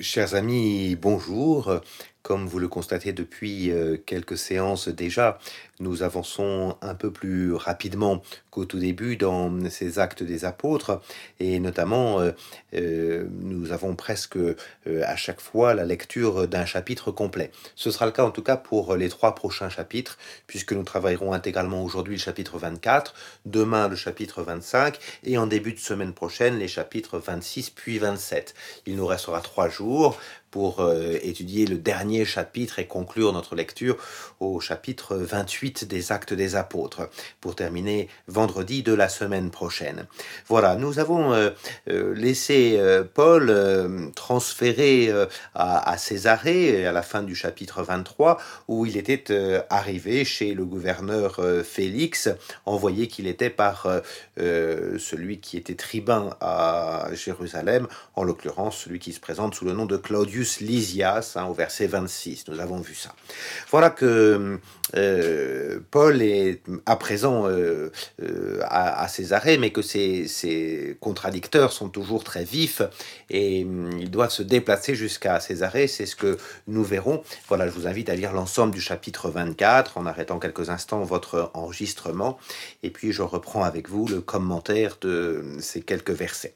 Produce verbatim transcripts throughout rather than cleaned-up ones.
Chers amis, bonjour. Comme vous le constatez depuis euh, quelques séances déjà, nous avançons un peu plus rapidement qu'au tout début dans ces actes des apôtres et notamment euh, euh, nous avons presque euh, à chaque fois la lecture d'un chapitre complet. Ce sera le cas en tout cas pour les trois prochains chapitres puisque nous travaillerons intégralement aujourd'hui le chapitre vingt-quatre, demain le chapitre vingt-cinq et en début de semaine prochaine les chapitres vingt-six puis vingt-sept. Il nous restera trois jours pour euh, étudier le dernier chapitre et conclure notre lecture au chapitre vingt-huit des Actes des Apôtres, pour terminer vendredi de la semaine prochaine. Voilà, nous avons euh, euh, laissé euh, Paul euh, transférer euh, à, à Césarée à la fin du chapitre vingt-trois, où il était euh, arrivé chez le gouverneur euh, Félix, envoyé qu'il était par euh, euh, celui qui était tribun à Jérusalem, en l'occurrence celui qui se présente sous le nom de Claudius Lysias, hein, au verset vingt-six, nous avons vu ça. Voilà que euh, Paul est à présent euh, euh, à, à Césarée, mais que ses, ses contradicteurs sont toujours très vifs et hum, ils doivent se déplacer jusqu'à Césarée, c'est ce que nous verrons. Voilà, je vous invite à lire l'ensemble du chapitre vingt-quatre en arrêtant quelques instants votre enregistrement et puis je reprends avec vous le commentaire de ces quelques versets.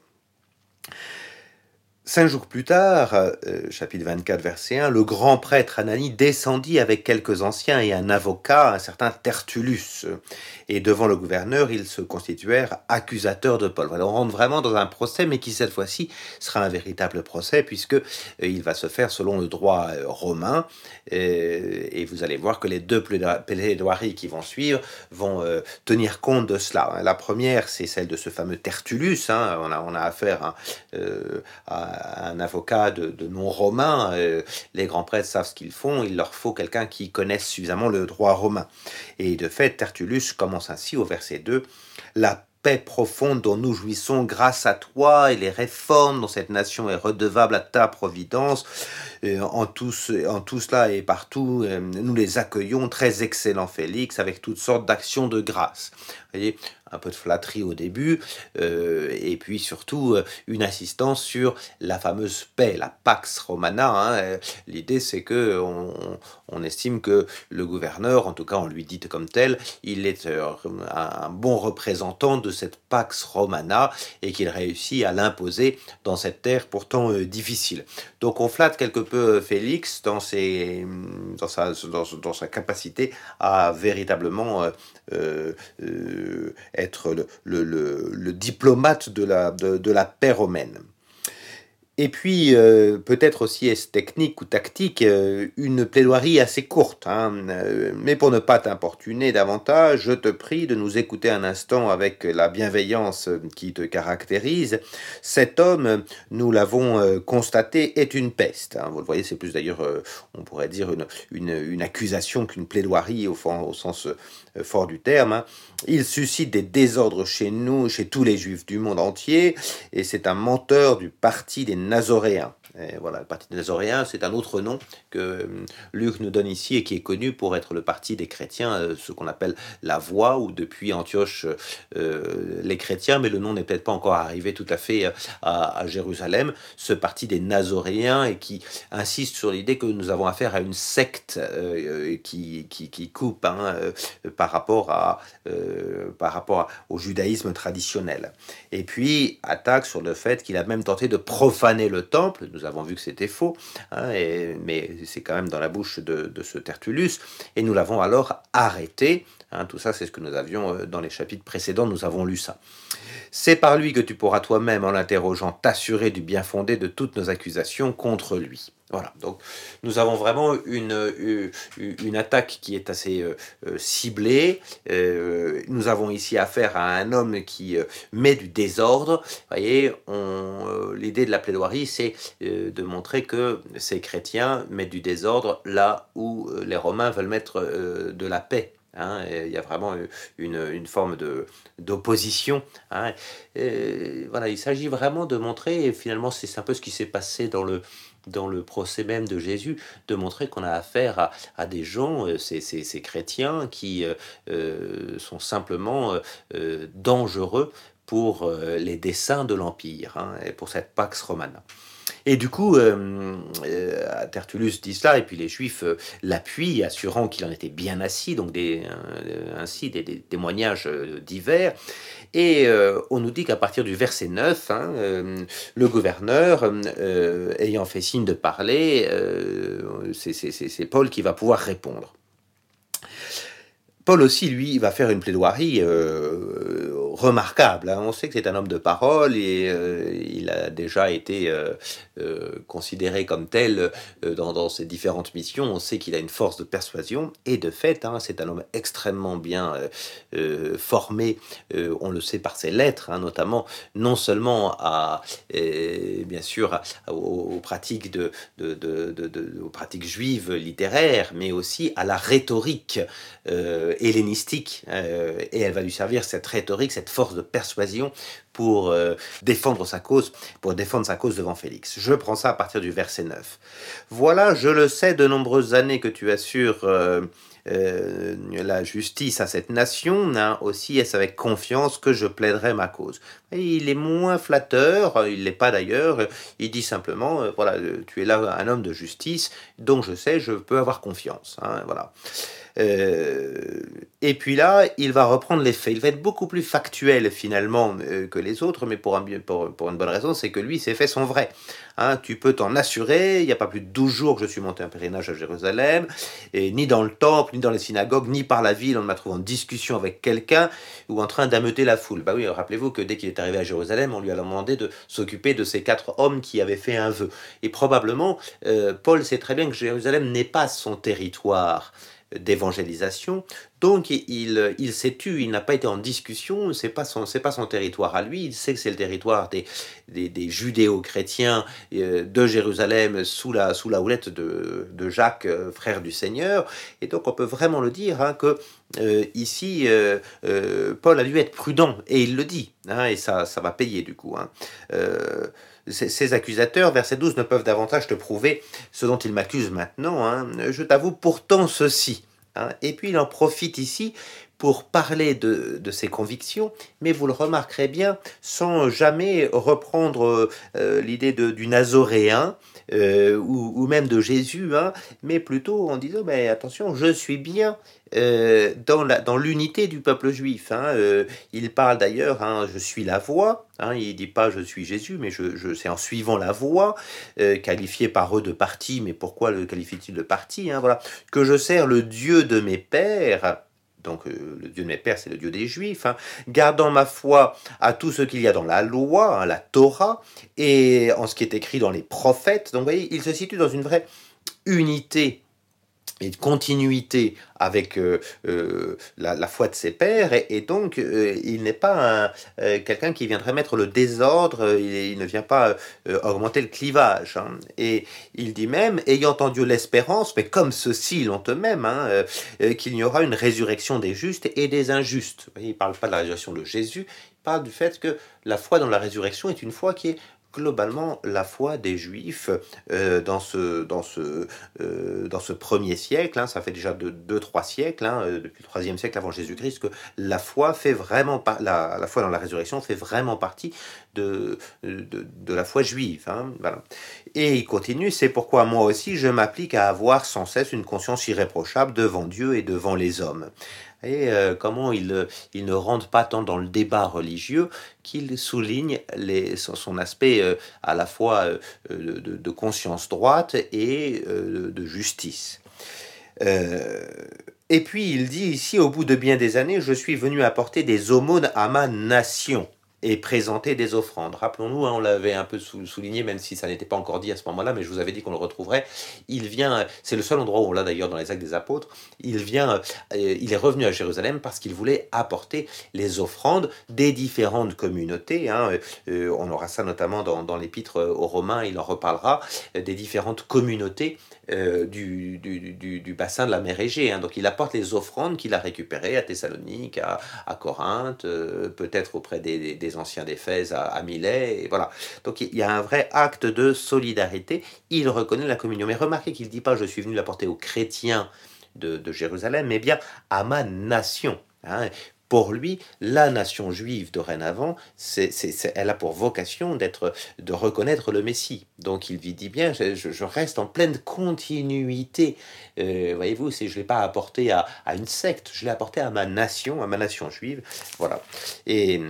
Cinq jours plus tard, euh, chapitre vingt-quatre, verset un, le grand prêtre Ananie descendit avec quelques anciens et un avocat, un certain Tertullus. Et devant le gouverneur, ils se constituèrent accusateurs de Paul. Voilà, on rentre vraiment dans un procès, mais qui cette fois-ci sera un véritable procès, puisque euh, il va se faire selon le droit euh, romain. Euh, et vous allez voir que les deux plaidoiries qui vont suivre vont euh, tenir compte de cela. La première, c'est celle de ce fameux Tertullus. Hein, on, a, on a affaire à, euh, à un avocat de, de nom romain, euh, les grands prêtres savent ce qu'ils font, il leur faut quelqu'un qui connaisse suffisamment le droit romain. Et de fait, Tertullus commence ainsi au verset deux, « La paix profonde dont nous jouissons grâce à toi et les réformes dont cette nation est redevable à ta providence, euh, en, tout, en tout cela et partout, euh, nous les accueillons, très excellent Félix, avec toutes sortes d'actions de grâce. » Vous voyez, un peu de flatterie au début, euh, et puis surtout euh, une insistance sur la fameuse paix, la Pax Romana. Hein. L'idée, c'est que on, on estime que le gouverneur, en tout cas on lui dit comme tel, il est euh, un bon représentant de cette Pax Romana et qu'il réussit à l'imposer dans cette terre pourtant euh, difficile. Donc on flatte quelque peu Félix dans, ses, dans, sa, dans, dans sa capacité à véritablement euh, euh, euh, être le, le, le, le diplomate de la, de, de la paix romaine. Et puis, euh, peut-être aussi est-ce technique ou tactique, euh, une plaidoirie assez courte. Hein, euh, mais pour ne pas t'importuner davantage, je te prie de nous écouter un instant avec la bienveillance qui te caractérise. Cet homme, nous l'avons euh, constaté, est une peste. Hein, vous le voyez, c'est plus d'ailleurs, euh, on pourrait dire, une, une, une accusation qu'une plaidoirie au, fond, au sens euh, fort du terme. Hein. Il suscite des désordres chez nous, chez tous les juifs du monde entier, et c'est un menteur du parti des Nazoréens. Et voilà, le parti des Nazoréens, c'est un autre nom que Luc nous donne ici et qui est connu pour être le parti des chrétiens, ce qu'on appelle la Voie, ou depuis Antioche, euh, les chrétiens, mais le nom n'est peut-être pas encore arrivé tout à fait à, à Jérusalem, ce parti des Nazoréens, et qui insiste sur l'idée que nous avons affaire à une secte euh, qui, qui, qui coupe hein, euh, par rapport, à, euh, par rapport à, au judaïsme traditionnel. Et puis, attaque sur le fait qu'il a même tenté de profaner le temple. Nous avons vu que c'était faux, hein, et, mais c'est quand même dans la bouche de, de ce Tertullus, et nous l'avons alors arrêté. Hein, tout ça, c'est ce que nous avions euh, dans les chapitres précédents, nous avons lu ça. C'est par lui que tu pourras toi-même, en l'interrogeant, t'assurer du bien fondé de toutes nos accusations contre lui. Voilà, donc nous avons vraiment une, une, une attaque qui est assez euh, ciblée. Euh, nous avons ici affaire à un homme qui euh, met du désordre. Vous voyez, on, euh, l'idée de la plaidoirie, c'est euh, de montrer que ces chrétiens mettent du désordre là où euh, les Romains veulent mettre euh, de la paix. Hein, il y a vraiment une, une forme de, d'opposition. Hein. Et voilà, il s'agit vraiment de montrer, et finalement c'est un peu ce qui s'est passé dans le, dans le procès même de Jésus, de montrer qu'on a affaire à, à des gens, ces, ces, ces chrétiens, qui euh, sont simplement euh, dangereux pour euh, les desseins de l'Empire, hein, et pour cette Pax Romana. Et du coup, euh, euh, Tertullus dit cela, et puis les Juifs euh, l'appuient, assurant qu'il en était bien assis, donc des, euh, ainsi des, des témoignages euh, divers. Et euh, on nous dit qu'à partir du verset neuf, hein, euh, le gouverneur, euh, ayant fait signe de parler, euh, c'est, c'est, c'est Paul qui va pouvoir répondre. Paul aussi, lui, va faire une plaidoirie euh, remarquable. Hein. On sait que c'est un homme de parole et euh, il a déjà été euh, euh, considéré comme tel euh, dans, dans ses différentes missions. On sait qu'il a une force de persuasion et de fait, hein, c'est un homme extrêmement bien euh, euh, formé. Euh, on le sait par ses lettres, hein, notamment non seulement à, et, bien sûr, à, aux, aux pratiques de, de, de, de, de, aux pratiques juives littéraires, mais aussi à la rhétorique. Euh, hellénistique, euh, et elle va lui servir cette rhétorique, cette force de persuasion pour euh, défendre sa cause, pour défendre sa cause devant Félix. Je prends ça à partir du verset neuf. Voilà, je le sais, de nombreuses années que tu assures euh, euh, la justice à cette nation, hein, aussi est-ce avec confiance que je plaiderai ma cause. Et il est moins flatteur, il l'est pas d'ailleurs, il dit simplement, euh, voilà, tu es là un homme de justice, donc je sais, je peux avoir confiance, hein, voilà. Euh, et puis là, il va reprendre les faits. Il va être beaucoup plus factuel finalement euh, que les autres, mais pour, un, pour, pour une bonne raison, c'est que lui, ses faits sont vrais. Hein, tu peux t'en assurer, il n'y a pas plus de douze jours que je suis monté un pèlerinage à Jérusalem, et ni dans le temple, ni dans les synagogues, ni par la ville, on m'a trouvé en discussion avec quelqu'un ou en train d'ameuter la foule. Bah oui, rappelez-vous que dès qu'il est arrivé à Jérusalem, on lui a demandé de s'occuper de ces quatre hommes qui avaient fait un vœu. Et probablement, euh, Paul sait très bien que Jérusalem n'est pas son territoire d'évangélisation, donc il, il s'est tu, il n'a pas été en discussion, c'est pas son, c'est pas son territoire à lui, il sait que c'est le territoire des, des, des judéo-chrétiens euh, de Jérusalem sous la, sous la houlette de, de Jacques, euh, frère du Seigneur, et donc on peut vraiment le dire, hein, que euh, ici, euh, euh, Paul a dû être prudent, et il le dit, hein, et ça, ça va payer du coup. Hein. Euh, Ces accusateurs, verset douze, ne peuvent davantage te prouver ce dont ils m'accusent maintenant. Hein. Je t'avoue pourtant ceci. Hein. Et puis il en profite ici pour parler de, de ses convictions, mais vous le remarquerez bien, sans jamais reprendre euh, l'idée de, du nazoréen, euh, ou, ou même de Jésus, hein, mais plutôt en disant, mais attention, je suis bien euh, dans, la, dans l'unité du peuple juif. Hein. Euh, il parle d'ailleurs, hein, je suis la voie, hein, il ne dit pas je suis Jésus, mais je, je, c'est en suivant la voie, euh, qualifié par eux de parti, mais pourquoi le qualifie-t-il de parti, hein, voilà, que je sers le Dieu de mes pères. Donc euh, le Dieu de mes pères, c'est le Dieu des Juifs, hein, gardant ma foi à tout ce qu'il y a dans la loi, hein, la Torah, et en ce qui est écrit dans les prophètes. Donc vous voyez, il se situe dans une vraie unité et de continuité avec euh, euh, la, la foi de ses pères, et, et donc euh, il n'est pas un, euh, quelqu'un qui viendrait mettre le désordre, euh, il, il ne vient pas euh, augmenter le clivage. Hein. Et il dit même, ayant en Dieu l'espérance, mais comme ceux-ci l'ont eux-mêmes, hein, euh, euh, qu'il y aura une résurrection des justes et des injustes. Vous voyez, il ne parle pas de la résurrection de Jésus, il parle du fait que la foi dans la résurrection est une foi qui est globalement la foi des Juifs euh, dans, ce, dans, ce, euh, dans ce premier siècle, hein, ça fait déjà deux trois siècles, hein, depuis le troisième siècle avant Jésus-Christ, que la foi fait vraiment par, la, la foi dans la résurrection fait vraiment partie de, de, de la foi juive. Hein, voilà. Et il continue, c'est pourquoi moi aussi je m'applique à avoir sans cesse une conscience irréprochable devant Dieu et devant les hommes. Et euh, comment il, il ne rentre pas tant dans le débat religieux qu'il souligne les, son, son aspect euh, à la fois euh, de, de conscience droite et euh, de justice. Euh, et puis il dit ici, au bout de bien des années, je suis venu apporter des aumônes à ma nation et présenter des offrandes. Rappelons-nous, hein, on l'avait un peu souligné, même si ça n'était pas encore dit à ce moment-là, mais je vous avais dit qu'on le retrouverait. Il vient, c'est le seul endroit où on l'a d'ailleurs dans les Actes des Apôtres, il vient, euh, il est revenu à Jérusalem parce qu'il voulait apporter les offrandes des différentes communautés. Hein. Euh, on aura ça notamment dans, dans l'épître aux Romains, il en reparlera, euh, des différentes communautés euh, du, du, du, du bassin de la mer Égée. Hein. Donc il apporte les offrandes qu'il a récupérées à Thessalonique, à, à Corinthe, euh, peut-être auprès des, des des anciens d'Éphèse à, à Milet, et voilà. Donc il y a un vrai acte de solidarité, il reconnaît la communion. Mais remarquez qu'il ne dit pas « je suis venu l'apporter aux chrétiens de, de Jérusalem », mais bien à ma nation. Hein. Pour lui, la nation juive dorénavant, c'est, c'est, c'est, elle a pour vocation d'être, de reconnaître le Messie. Donc il lui dit bien, je, je- je reste en pleine continuité. Euh, voyez-vous, c'est, je ne l'ai pas apporté à, à une secte, je l'ai apporté à ma nation, à ma nation juive. Voilà. Et,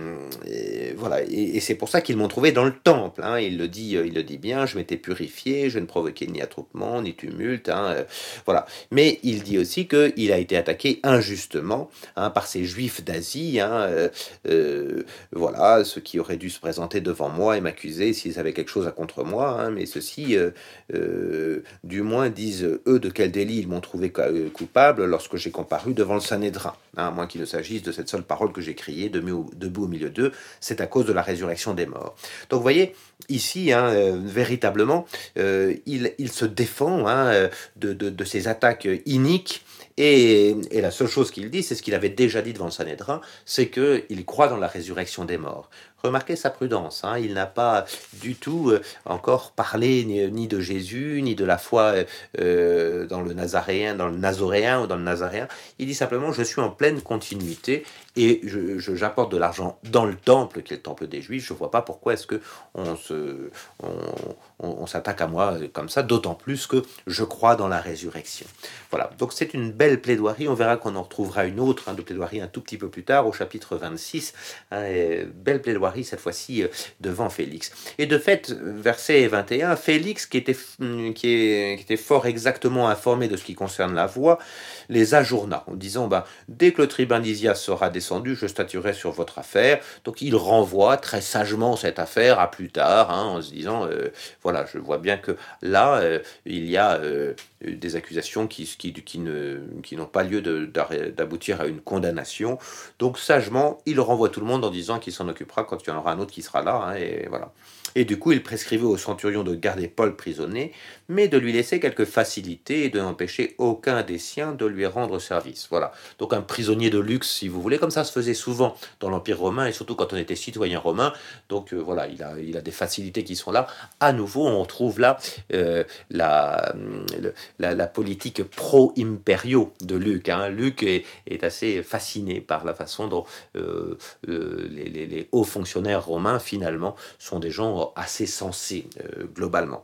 et voilà. Et, et c'est pour ça qu'ils m'ont trouvé dans le temple. Hein. Il le dit, euh, il le dit bien, je m'étais purifié, je ne provoquais ni attroupement, ni tumulte. Hein, euh, voilà. Mais il dit aussi qu'il a été attaqué injustement, hein, par ces juifs d'Asie. Hein, euh, euh, voilà, ceux qui auraient dû se présenter devant moi et m'accuser s'ils avaient quelque chose à contre moi. Hein, mais ceux-ci, euh, euh, du moins, disent eux de quel délit ils m'ont trouvé coupable lorsque j'ai comparu devant le Sanhédrin. Hein, à moins qu'il ne s'agisse de cette seule parole que j'ai criée debout, debout au milieu d'eux, c'est à cause de la résurrection des morts. Donc vous voyez, ici, hein, euh, véritablement, euh, il, il se défend, hein, de, de, de ces attaques iniques. Et, et la seule chose qu'il dit, c'est ce qu'il avait déjà dit devant le Sanhédrin, c'est qu'il croit dans la résurrection des morts. Remarquez sa prudence, hein, il n'a pas du tout euh, encore parlé ni, ni de Jésus, ni de la foi euh, dans le nazaréen, dans le nazoréen ou dans le nazaréen. Il dit simplement, je suis en pleine continuité et je, je, j'apporte de l'argent dans le temple, qui est le temple des Juifs. Je ne vois pas pourquoi est-ce que on se, on, on, on s'attaque à moi comme ça, d'autant plus que je crois dans la résurrection. Voilà, donc c'est une belle plaidoirie. On verra qu'on en retrouvera une autre, hein, de plaidoirie un tout petit peu plus tard, au chapitre vingt-six. Hein, belle plaidoirie cette fois-ci devant Félix. Et de fait, verset vingt et un, Félix, qui était, qui, est, qui était fort exactement informé de ce qui concerne la voie, les ajourna en disant, bah, dès que le tribun Lysias sera descendu, je statuerai sur votre affaire. Donc il renvoie très sagement cette affaire à plus tard, hein, en se disant, euh, voilà, je vois bien que là, euh, il y a euh, des accusations qui, qui, qui, ne, qui n'ont pas lieu de, d'aboutir à une condamnation. Donc sagement, il renvoie tout le monde en disant qu'il s'en occupera quand il y en aura un autre qui sera là. Hein, et voilà. Et du coup, il prescrivait au centurion de garder Paul prisonnier, mais de lui laisser quelques facilités et de n'empêcher aucun des siens de lui rendre service. Voilà. Donc un prisonnier de luxe, si vous voulez, comme ça se faisait souvent dans l'Empire romain, et surtout quand on était citoyen romain. Donc euh, voilà, il a, il a des facilités qui sont là. À nouveau, on trouve là euh, la, la, la politique pro-impériaux de Luc. Hein. Luc est, est assez fasciné par la façon dont euh, euh, les, les, les hauts fonctionnaires romains, finalement, sont des gens assez sensés, euh, globalement.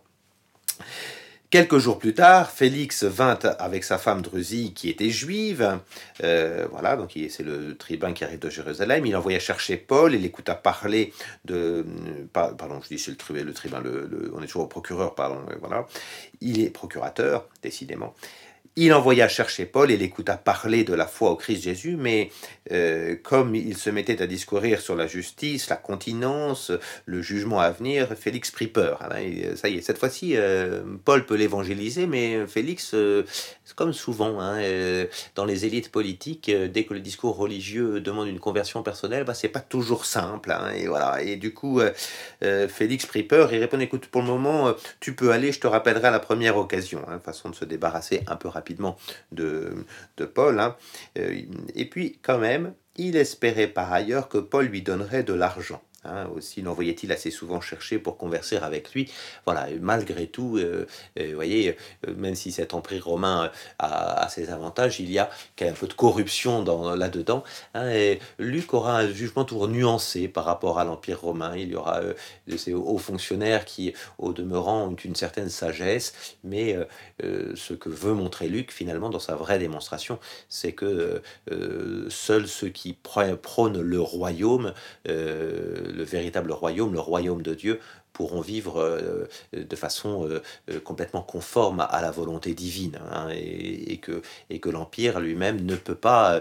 Quelques jours plus tard, Félix vint avec sa femme Drusille, qui était juive. Euh, voilà, donc c'est le tribun qui arrive de Jérusalem. Il envoya chercher Paul et l'écouta parler de. Pardon, je dis c'est le, le tribun, le, le, on est toujours au procureur, pardon. Voilà. Il est procurateur, décidément. Il envoya chercher Paul et l'écouta parler de la foi au Christ Jésus, mais euh, comme il se mettait à discourir sur la justice, la continence, le jugement à venir, Félix prit peur. Et ça y est, cette fois-ci, euh, Paul peut l'évangéliser, mais Félix, euh, comme souvent, hein, euh, dans les élites politiques, euh, dès que le discours religieux demande une conversion personnelle, bah, c'est pas toujours simple. Hein, et voilà. Et du coup, euh, euh, Félix prit peur et répond, écoute, pour le moment, euh, tu peux aller, je te rappellerai à la première occasion. Hein, façon de se débarrasser un peu rapidement de, de Paul. Hein. Et puis, quand même, il espérait par ailleurs que Paul lui donnerait de l'argent. Hein, aussi l'envoyait-il assez souvent chercher pour converser avec lui. Voilà, malgré tout, euh, euh, vous voyez, euh, même si cet empire romain a, a ses avantages, il y a un peu de corruption dans, là-dedans. Hein, et Luc aura un jugement toujours nuancé par rapport à l'empire romain. Il y aura euh, de ces hauts fonctionnaires qui, au demeurant, ont une certaine sagesse, mais euh, euh, ce que veut montrer Luc, finalement, dans sa vraie démonstration, c'est que euh, seuls ceux qui prônent le royaume, euh, le véritable royaume, le royaume de Dieu, pourront vivre euh, de façon euh, complètement conforme à la volonté divine, hein, et, et, que, et que l'Empire lui-même ne peut pas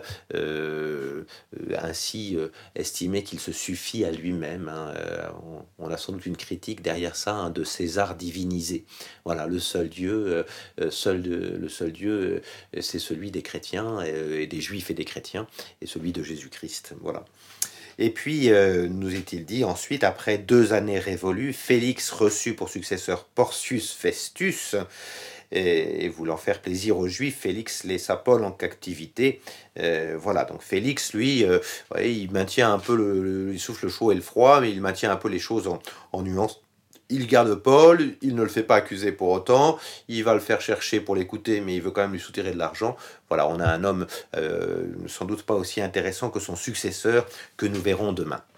euh, ainsi euh, estimer qu'il se suffit à lui-même. Hein. On, on a sans doute une critique derrière ça, hein, de César divinisé. Voilà, le seul Dieu, euh, seul de, le seul Dieu, euh, c'est celui des chrétiens, euh, et des juifs et des chrétiens, et celui de Jésus-Christ. Voilà. Et puis, euh, nous est-il dit, ensuite, après deux années révolues, Félix reçut pour successeur Porcius Festus, et, et voulant faire plaisir aux Juifs, Félix laissa Paul en captivité. Euh, voilà, donc Félix, lui, euh, ouais, il maintient un peu, le, le, il souffle le chaud et le froid, mais il maintient un peu les choses en, en nuance. Il garde Paul, il ne le fait pas accuser pour autant, il va le faire chercher pour l'écouter, mais il veut quand même lui soutirer de l'argent. Voilà, on a un homme euh, sans doute pas aussi intéressant que son successeur, que nous verrons demain.